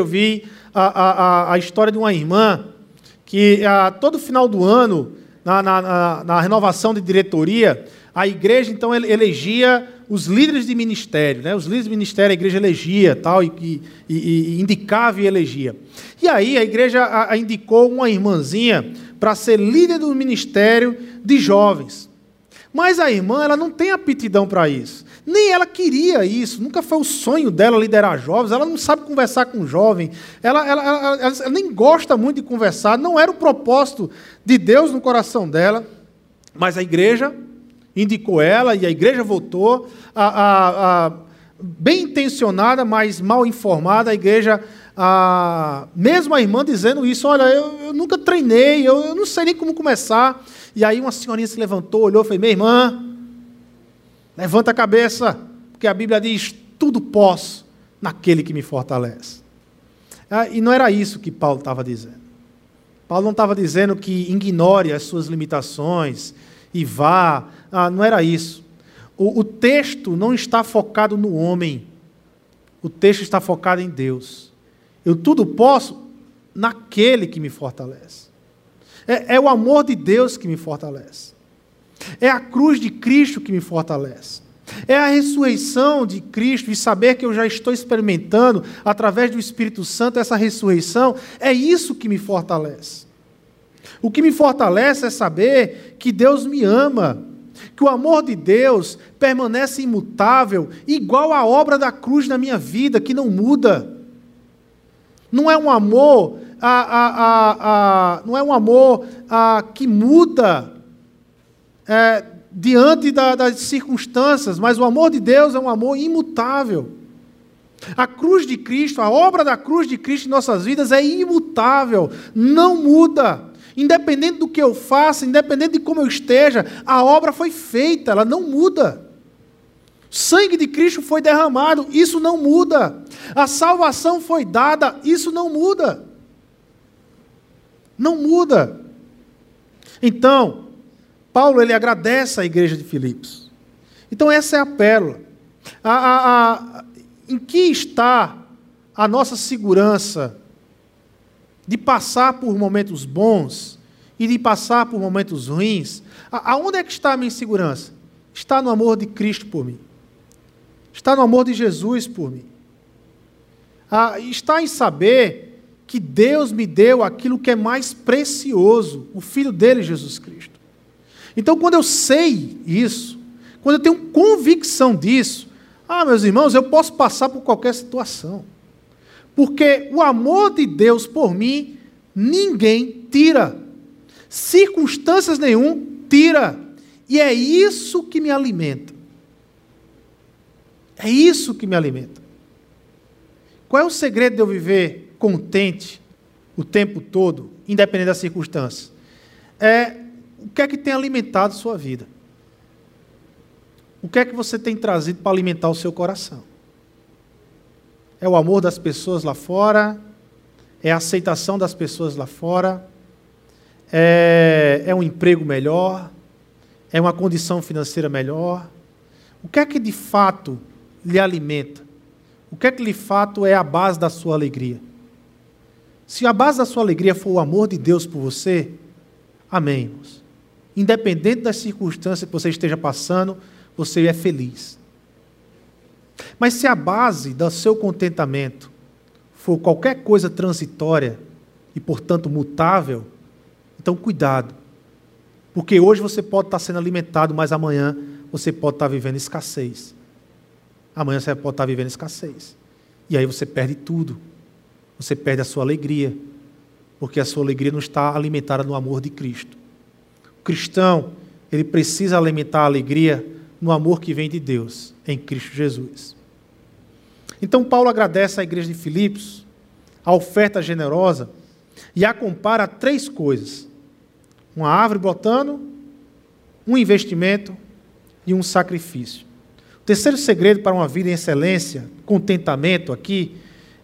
a história de uma irmã que todo final do ano, na renovação de diretoria, a igreja então elegia os líderes de ministério, né? Os líderes de ministério a igreja elegia tal, e indicava e elegia. E aí a igreja indicou uma irmãzinha para ser líder do ministério de jovens. Mas a irmã, ela não tem aptidão para isso. Nem ela queria isso, nunca foi o sonho dela liderar jovens, ela não sabe conversar com jovem, ela nem gosta muito de conversar, não era o propósito de Deus no coração dela, mas a igreja indicou ela e a igreja votou, bem intencionada, mas mal informada, a igreja, mesmo a irmã dizendo isso: olha, eu nunca treinei, eu não sei nem como começar. E aí uma senhorinha se levantou, olhou e falou: minha irmã, levanta a cabeça, porque a Bíblia diz: tudo posso naquele que me fortalece. E não era isso que Paulo estava dizendo. Paulo não estava dizendo que ignore as suas limitações e vá. Não era isso. O texto não está focado no homem. O texto está focado em Deus. Eu tudo posso naquele que me fortalece. É o amor de Deus que me fortalece. É a cruz de Cristo que me fortalece. É a ressurreição de Cristo e saber que eu já estou experimentando, através do Espírito Santo, essa ressurreição. É isso que me fortalece. O que me fortalece é saber que Deus me ama, que o amor de Deus permanece imutável, igual à obra da cruz na minha vida, que não muda. Não é um amor não é um amor que muda diante das circunstâncias, mas o amor de Deus é um amor imutável. A cruz de Cristo, a obra da cruz de Cristo em nossas vidas é imutável, não muda. Independente do que eu faça, independente de como eu esteja, a obra foi feita, ela não muda. O sangue de Cristo foi derramado, isso não muda. A salvação foi dada, isso não muda. Não muda. Então, Paulo ele agradece à igreja de Filipos. Então essa é a pérola. Em que está a nossa segurança de passar por momentos bons e de passar por momentos ruins? Aonde é que está a minha segurança? Está no amor de Cristo por mim. Está no amor de Jesus por mim. Está em saber que Deus me deu aquilo que é mais precioso, o Filho dele, Jesus Cristo. Então, quando eu sei isso, quando eu tenho convicção disso, meus irmãos, eu posso passar por qualquer situação. Porque o amor de Deus por mim, ninguém tira. Circunstâncias nenhum tira. E é isso que me alimenta. É isso que me alimenta. Qual é o segredo de eu viver contente o tempo todo, independente das circunstâncias? O que é que tem alimentado sua vida? O que é que você tem trazido para alimentar o seu coração? É o amor das pessoas lá fora? É a aceitação das pessoas lá fora? É um emprego melhor? É uma condição financeira melhor? O que é que de fato lhe alimenta? O que é que de fato é a base da sua alegria? Se a base da sua alegria for o amor de Deus por você, amém, irmãos. Independente das circunstâncias que você esteja passando, você é feliz. Mas se a base do seu contentamento for qualquer coisa transitória e, portanto, mutável, então cuidado. Porque hoje você pode estar sendo alimentado, mas amanhã você pode estar vivendo escassez. Amanhã você pode estar vivendo escassez. E aí você perde tudo. Você perde a sua alegria. Porque a sua alegria não está alimentada no amor de Cristo. O cristão, ele precisa alimentar a alegria no amor que vem de Deus, em Cristo Jesus. Então Paulo agradece à igreja de Filipos a oferta generosa e a compara a 3 coisas: uma árvore brotando, um investimento e um sacrifício. O terceiro segredo para uma vida em excelência, contentamento aqui,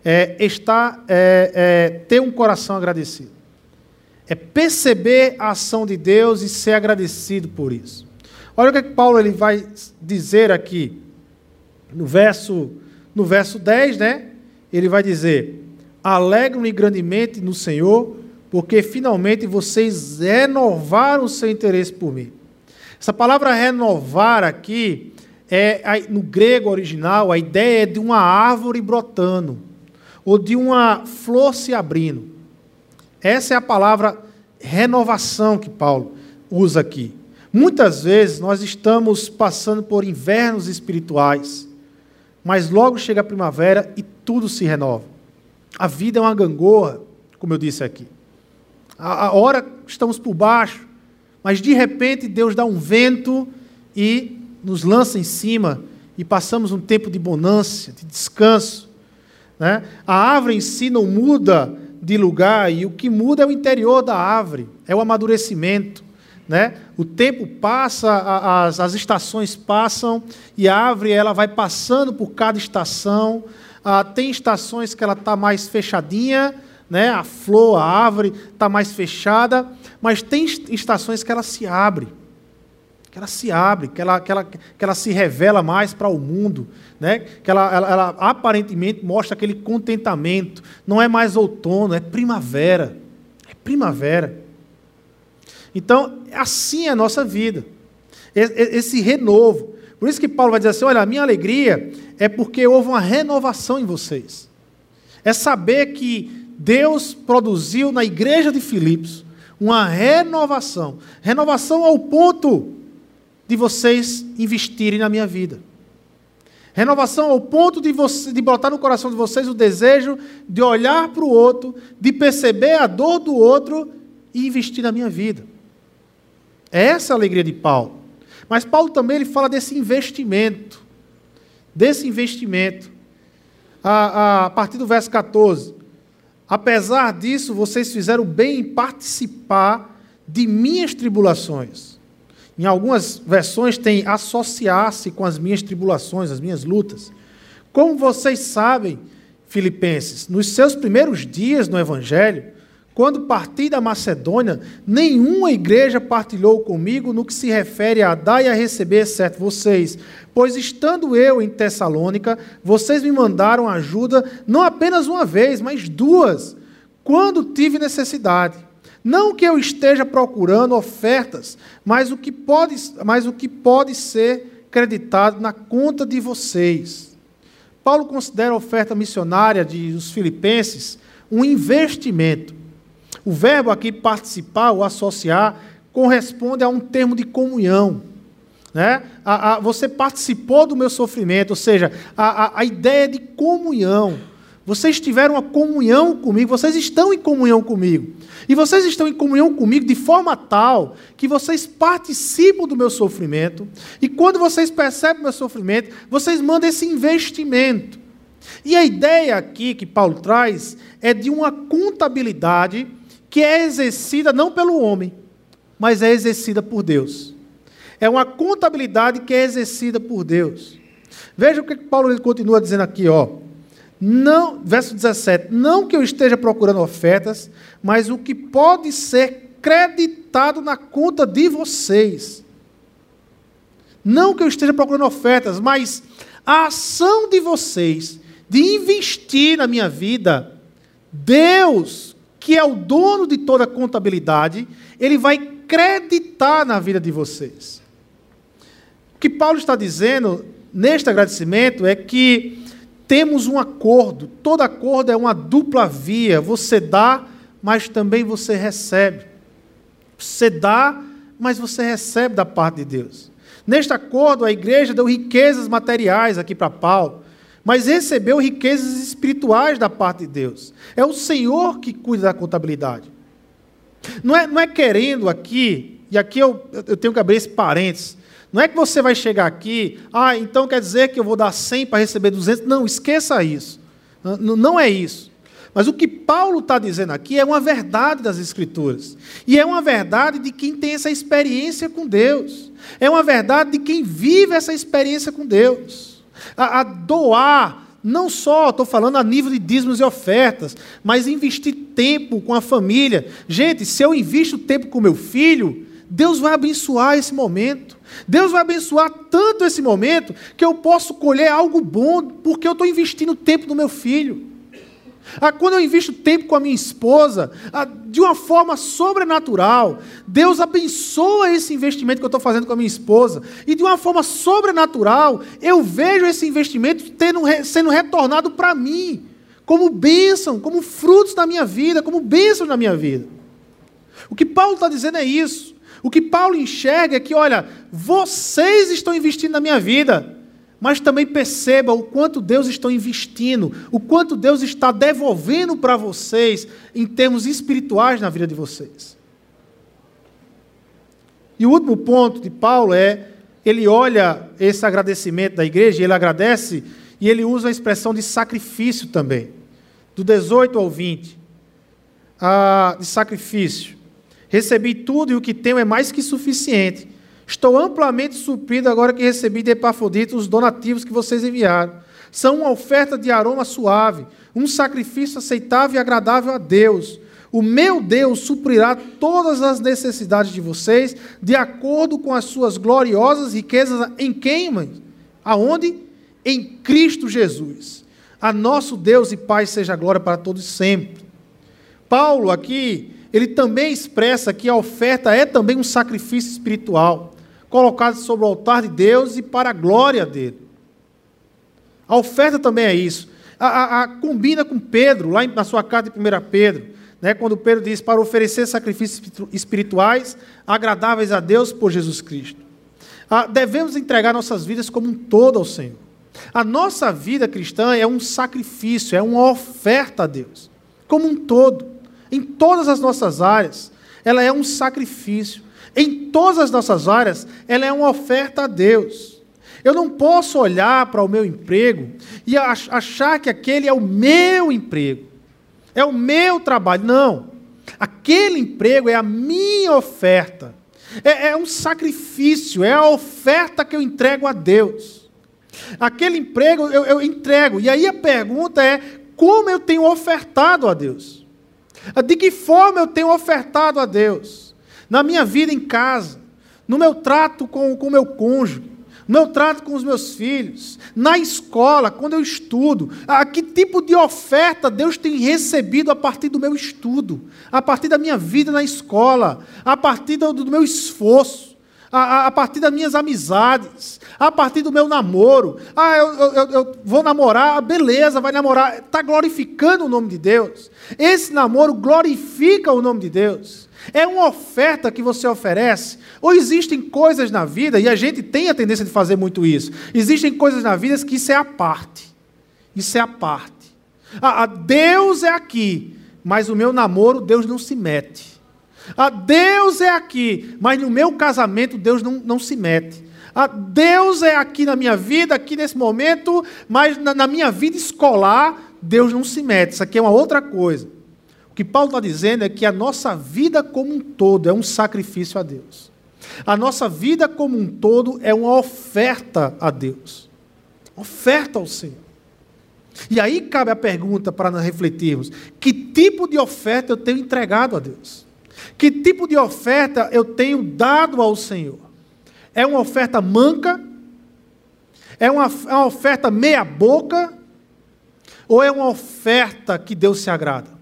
ter um coração agradecido. É perceber a ação de Deus e ser agradecido por isso. Olha o que Paulo ele vai dizer aqui, no verso 10, né? Ele vai dizer: alegro-me grandemente no Senhor, porque finalmente vocês renovaram o seu interesse por mim. Essa palavra renovar aqui, no grego original, a ideia é de uma árvore brotando, ou de uma flor se abrindo. Essa é a palavra renovação que Paulo usa aqui. Muitas vezes nós estamos passando por invernos espirituais, mas logo chega a primavera e tudo se renova. A vida é uma gangorra, como eu disse aqui. A hora estamos por baixo, mas de repente Deus dá um vento e nos lança em cima e passamos um tempo de bonança, de descanso. Né? A árvore em si não muda de lugar, e o que muda é o interior da árvore, é o amadurecimento. Né? O tempo passa, as estações passam, e a árvore ela vai passando por cada estação. Tem estações que ela está mais fechadinha, né? A flor, a árvore está mais fechada, mas tem estações que ela se abre. Que ela se revela mais para o mundo, né? Que ela aparentemente mostra aquele contentamento. Não é mais outono, é primavera. É primavera. Então, assim é a nossa vida. Esse renovo. Por isso que Paulo vai dizer assim: olha, a minha alegria é porque houve uma renovação em vocês. É saber que Deus produziu na igreja de Filipos uma renovação. Renovação ao ponto de vocês investirem na minha vida. Renovação ao ponto de botar no coração de vocês o desejo de olhar para o outro, de perceber a dor do outro e investir na minha vida. Essa é a alegria de Paulo. Mas Paulo também ele fala desse investimento. A partir do verso 14. Apesar disso, vocês fizeram bem em participar de minhas tribulações. Em algumas versões tem associar-se com as minhas tribulações, as minhas lutas. Como vocês sabem, filipenses, nos seus primeiros dias no Evangelho, quando parti da Macedônia, nenhuma igreja partilhou comigo no que se refere a dar e a receber, exceto vocês. Pois estando eu em Tessalônica, vocês me mandaram ajuda não apenas uma vez, mas duas, quando tive necessidade. Não que eu esteja procurando ofertas, mas o que pode ser creditado na conta de vocês. Paulo considera a oferta missionária dos filipenses um investimento. O verbo aqui participar ou associar corresponde a um termo de comunhão. Né? Você participou do meu sofrimento, ou seja, a ideia de comunhão. Vocês tiveram uma comunhão comigo, vocês estão em comunhão comigo. E vocês estão em comunhão comigo de forma tal que vocês participam do meu sofrimento. E quando vocês percebem o meu sofrimento, vocês mandam esse investimento. E a ideia aqui que Paulo traz é de uma contabilidade que é exercida não pelo homem, mas é exercida por Deus. É uma contabilidade que é exercida por Deus. Veja o que Paulo ele continua dizendo aqui, ó. Não, verso 17, não que eu esteja procurando ofertas, mas o que pode ser creditado na conta de vocês. Não que eu esteja procurando ofertas, mas a ação de vocês de investir na minha vida, Deus, que é o dono de toda a contabilidade, Ele vai creditar na vida de vocês. O que Paulo está dizendo neste agradecimento é que temos um acordo. Todo acordo é uma dupla via. Você dá, mas também você recebe. Você dá, mas você recebe da parte de Deus. Neste acordo, a igreja deu riquezas materiais aqui para Paulo, mas recebeu riquezas espirituais da parte de Deus. É o Senhor que cuida da contabilidade. Não é querendo aqui, e aqui eu tenho que abrir esse parênteses, não é que você vai chegar aqui, então quer dizer que eu vou dar 100 para receber 200. Não, esqueça isso. Não é isso. Mas o que Paulo está dizendo aqui é uma verdade das Escrituras. E é uma verdade de quem tem essa experiência com Deus. É uma verdade de quem vive essa experiência com Deus. A doar, não só, estou falando a nível de dízimos e ofertas, mas investir tempo com a família. Gente, se eu invisto tempo com meu filho, Deus vai abençoar esse momento. Deus vai abençoar tanto esse momento que eu posso colher algo bom porque eu estou investindo tempo no meu filho. Quando eu invisto tempo com a minha esposa, de uma forma sobrenatural, Deus abençoa esse investimento que eu estou fazendo com a minha esposa. E de uma forma sobrenatural, eu vejo esse investimento sendo retornado para mim, como bênção, como frutos da minha vida, como bênção na minha vida. O que Paulo está dizendo é isso. O que Paulo enxerga é que, olha, vocês estão investindo na minha vida, mas também perceba o quanto Deus está investindo, o quanto Deus está devolvendo para vocês em termos espirituais na vida de vocês. E o último ponto de Paulo ele olha esse agradecimento da igreja, ele agradece, e ele usa a expressão de sacrifício também, do 18 ao 20, de sacrifício. Recebi tudo e o que tenho é mais que suficiente. Estou amplamente suprido agora que recebi de Epafrodito os donativos que vocês enviaram. São uma oferta de aroma suave, um sacrifício aceitável e agradável a Deus. O meu Deus suprirá todas as necessidades de vocês, de acordo com as suas gloriosas riquezas em quem, mãe? Aonde? Em Cristo Jesus. A nosso Deus e Pai seja a glória para todos sempre. Paulo aqui, ele também expressa que a oferta é também um sacrifício espiritual, colocado sobre o altar de Deus e para a glória dele. A oferta também é isso. Combina com Pedro, lá na sua carta de 1 Pedro, né, quando Pedro diz para oferecer sacrifícios espirituais agradáveis a Deus por Jesus Cristo. Devemos entregar nossas vidas como um todo ao Senhor. A nossa vida cristã é um sacrifício, é uma oferta a Deus, como um todo, em todas as nossas áreas, ela é um sacrifício. Em todas as nossas áreas, ela é uma oferta a Deus. Eu não posso olhar para o meu emprego e achar que aquele é o meu emprego, é o meu trabalho. Não. Aquele emprego é a minha oferta. É um sacrifício, é a oferta que eu entrego a Deus. Aquele emprego eu entrego. E aí a pergunta é, como eu tenho ofertado a Deus? De que forma eu tenho ofertado a Deus? Na minha vida em casa, no meu trato com o meu cônjuge, no meu trato com os meus filhos, na escola, quando eu estudo, que tipo de oferta Deus tem recebido a partir do meu estudo, a partir da minha vida na escola, a partir do meu esforço, a partir das minhas amizades, a partir do meu namoro. Eu vou namorar, beleza, vai namorar, está glorificando o nome de Deus. Esse namoro glorifica o nome de Deus. É uma oferta que você oferece? Ou existem coisas na vida, e a gente tem a tendência de fazer muito isso, existem coisas na vida que isso é a parte. Isso é a parte. Deus é aqui, mas o meu namoro, Deus não se mete. Deus é aqui, mas no meu casamento, Deus não se mete. Deus é aqui na minha vida, aqui nesse momento, mas na minha vida escolar, Deus não se mete. Isso aqui é uma outra coisa. O que Paulo está dizendo é que a nossa vida como um todo é um sacrifício a Deus. A nossa vida como um todo é uma oferta a Deus. Oferta ao Senhor. E aí cabe a pergunta para nós refletirmos: que tipo de oferta eu tenho entregado a Deus? Que tipo de oferta eu tenho dado ao Senhor? É uma oferta manca? É uma oferta meia boca? Ou é uma oferta que Deus se agrada?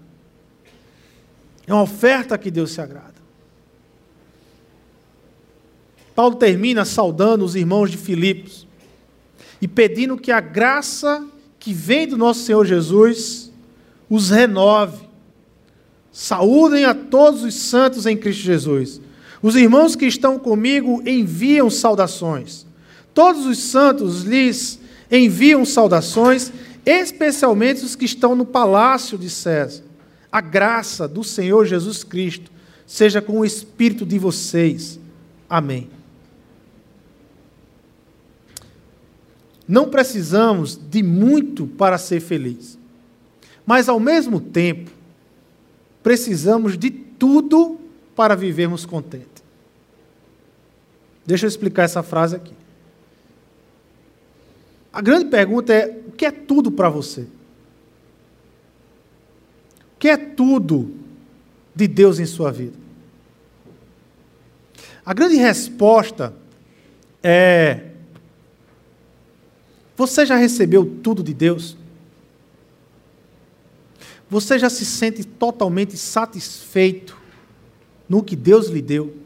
É uma oferta que Deus se agrada. Paulo termina saudando os irmãos de Filipos e pedindo que a graça que vem do nosso Senhor Jesus os renove. Saúdem a todos os santos em Cristo Jesus. Os irmãos que estão comigo enviam saudações. Todos os santos lhes enviam saudações, especialmente os que estão no palácio de César. A graça do Senhor Jesus Cristo seja com o espírito de vocês. Amém. Não precisamos de muito para ser felizes, mas ao mesmo tempo, precisamos de tudo para vivermos contentes. Deixa eu explicar essa frase aqui. A grande pergunta é: o que é tudo para você? O que é tudo de Deus em sua vida? A grande resposta é: você já recebeu tudo de Deus? Você já se sente totalmente satisfeito no que Deus lhe deu?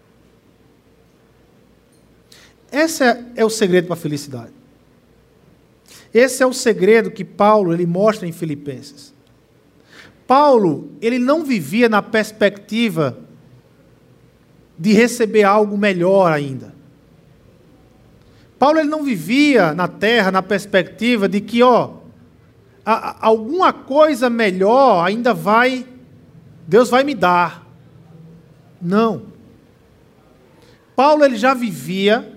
Esse é o segredo para a felicidade. Esse é o segredo que Paulo ele mostra em Filipenses. Paulo, ele não vivia na perspectiva de receber algo melhor ainda. Paulo ele não vivia na terra na perspectiva de que, alguma coisa melhor ainda Deus vai me dar. Não. Paulo ele já vivia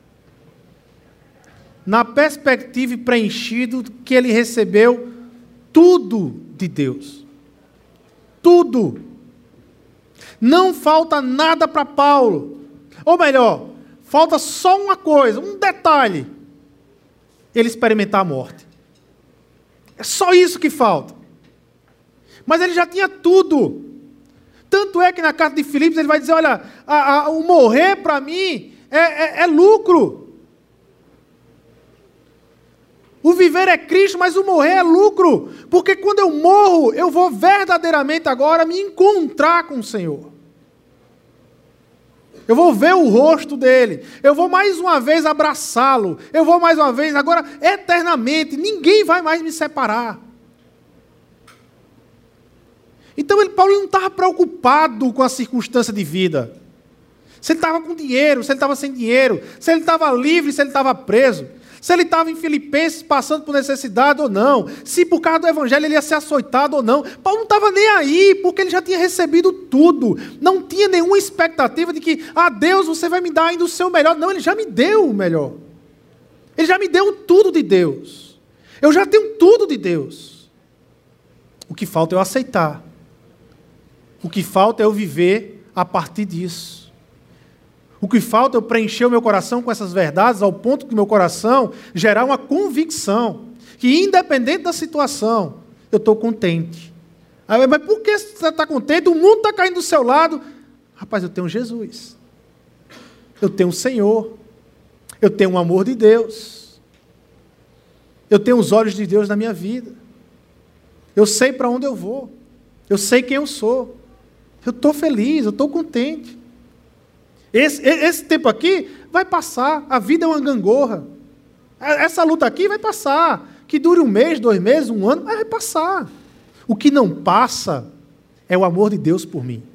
na perspectiva e preenchido que ele recebeu tudo de Deus. Tudo. Não falta nada para Paulo. Ou melhor, falta só uma coisa, um detalhe: ele experimentar a morte. É só isso que falta. Mas ele já tinha tudo. Tanto é que na carta de Filipos ele vai dizer: olha, o morrer para mim é lucro. O viver é Cristo, mas o morrer é lucro. Porque quando eu morro, eu vou verdadeiramente agora me encontrar com o Senhor. Eu vou ver o rosto dele. Eu vou mais uma vez abraçá-lo. Eu vou mais uma vez, agora, eternamente. Ninguém vai mais me separar. Então, Paulo não estava preocupado com a circunstância de vida. Se ele estava com dinheiro, se ele estava sem dinheiro, se ele estava livre, se ele estava preso, se ele estava em Filipenses passando por necessidade ou não, se por causa do evangelho ele ia ser açoitado ou não. Paulo não estava nem aí, porque ele já tinha recebido tudo. Não tinha nenhuma expectativa de que, Deus, você vai me dar ainda o seu melhor. Não, ele já me deu o melhor. Ele já me deu tudo de Deus. Eu já tenho tudo de Deus. O que falta é eu aceitar. O que falta é eu viver a partir disso. O que falta é eu preencher o meu coração com essas verdades ao ponto que meu coração gerar uma convicção que, independente da situação, eu estou contente. Mas por que você está contente? O mundo está caindo do seu lado. Rapaz, eu tenho Jesus. Eu tenho o Senhor. Eu tenho o amor de Deus. Eu tenho os olhos de Deus na minha vida. Eu sei para onde eu vou. Eu sei quem eu sou. Eu estou feliz, eu estou contente. Esse tempo aqui vai passar. A vida é uma gangorra. Essa luta aqui vai passar. Que dure 1 mês, 2 meses, 1 ano, mas vai passar. O que não passa é o amor de Deus por mim.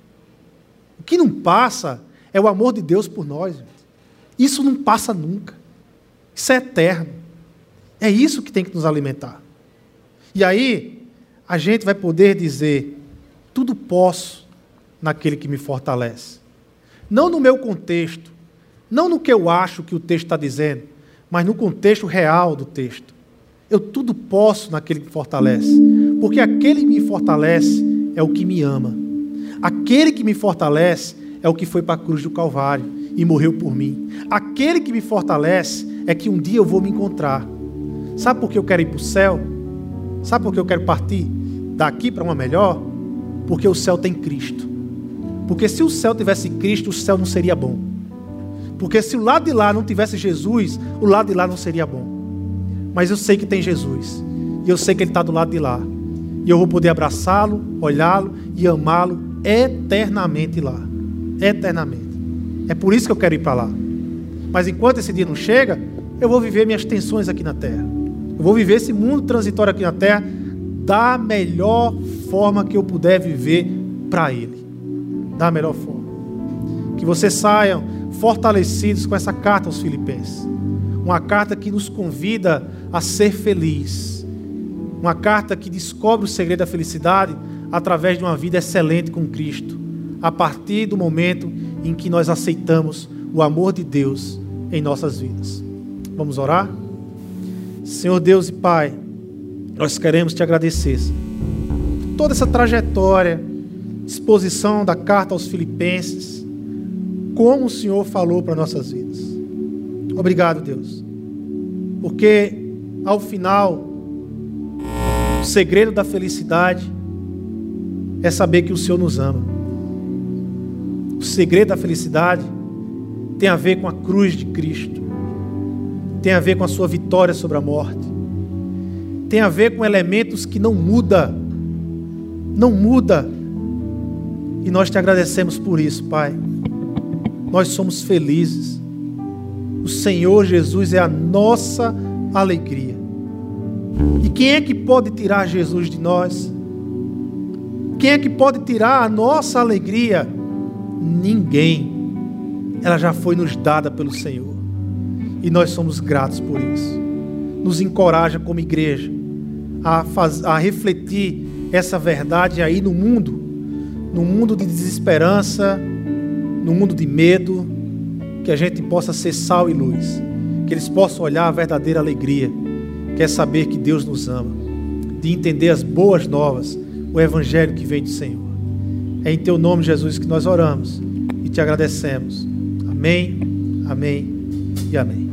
O que não passa é o amor de Deus por nós. Isso não passa nunca. Isso é eterno. É isso que tem que nos alimentar. E aí, a gente vai poder dizer, tudo posso naquele que me fortalece. Não no meu contexto, não no que eu acho que o texto está dizendo, mas no contexto real do texto. Eu tudo posso naquele que me fortalece, porque aquele que me fortalece é o que me ama. Aquele que me fortalece é o que foi para a cruz do Calvário e morreu por mim. Aquele que me fortalece é que um dia eu vou me encontrar. Sabe por que eu quero ir para o céu? Sabe por que eu quero partir daqui para uma melhor? Porque o céu tem Cristo. Porque se o céu tivesse Cristo, o céu não seria bom. Porque se o lado de lá não tivesse Jesus, o lado de lá não seria bom. Mas eu sei que tem Jesus. E eu sei que Ele está do lado de lá. E eu vou poder abraçá-lo, olhá-lo e amá-lo eternamente lá. Eternamente. É por isso que eu quero ir para lá. Mas enquanto esse dia não chega, eu vou viver minhas tensões aqui na terra. Eu vou viver esse mundo transitório aqui na terra da melhor forma que eu puder viver para Ele. Da melhor forma. Que vocês saiam fortalecidos com essa carta aos Filipenses. Uma carta que nos convida a ser feliz. Uma carta que descobre o segredo da felicidade através de uma vida excelente com Cristo. A partir do momento em que nós aceitamos o amor de Deus em nossas vidas. Vamos orar? Senhor Deus e Pai, nós queremos te agradecer. Toda essa trajetória, exposição da carta aos Filipenses, como o Senhor falou para nossas vidas. Obrigado, Deus, porque ao final o segredo da felicidade é saber que o Senhor nos ama. O segredo da felicidade tem a ver com a cruz de Cristo, tem a ver com a sua vitória sobre a morte, tem a ver com elementos que não muda, e nós te agradecemos por isso, Pai. Nós somos felizes. O Senhor Jesus é a nossa alegria. E quem é que pode tirar Jesus de nós? Quem é que pode tirar a nossa alegria? Ninguém. Ela já foi nos dada pelo Senhor. E nós somos gratos por isso. Nos encoraja como igreja a refletir essa verdade aí no mundo de desesperança, no mundo de medo, que a gente possa ser sal e luz, que eles possam olhar a verdadeira alegria, que é saber que Deus nos ama, de entender as boas novas, o evangelho que vem do Senhor. É em teu nome, Jesus, que nós oramos e te agradecemos. Amém, amém e amém.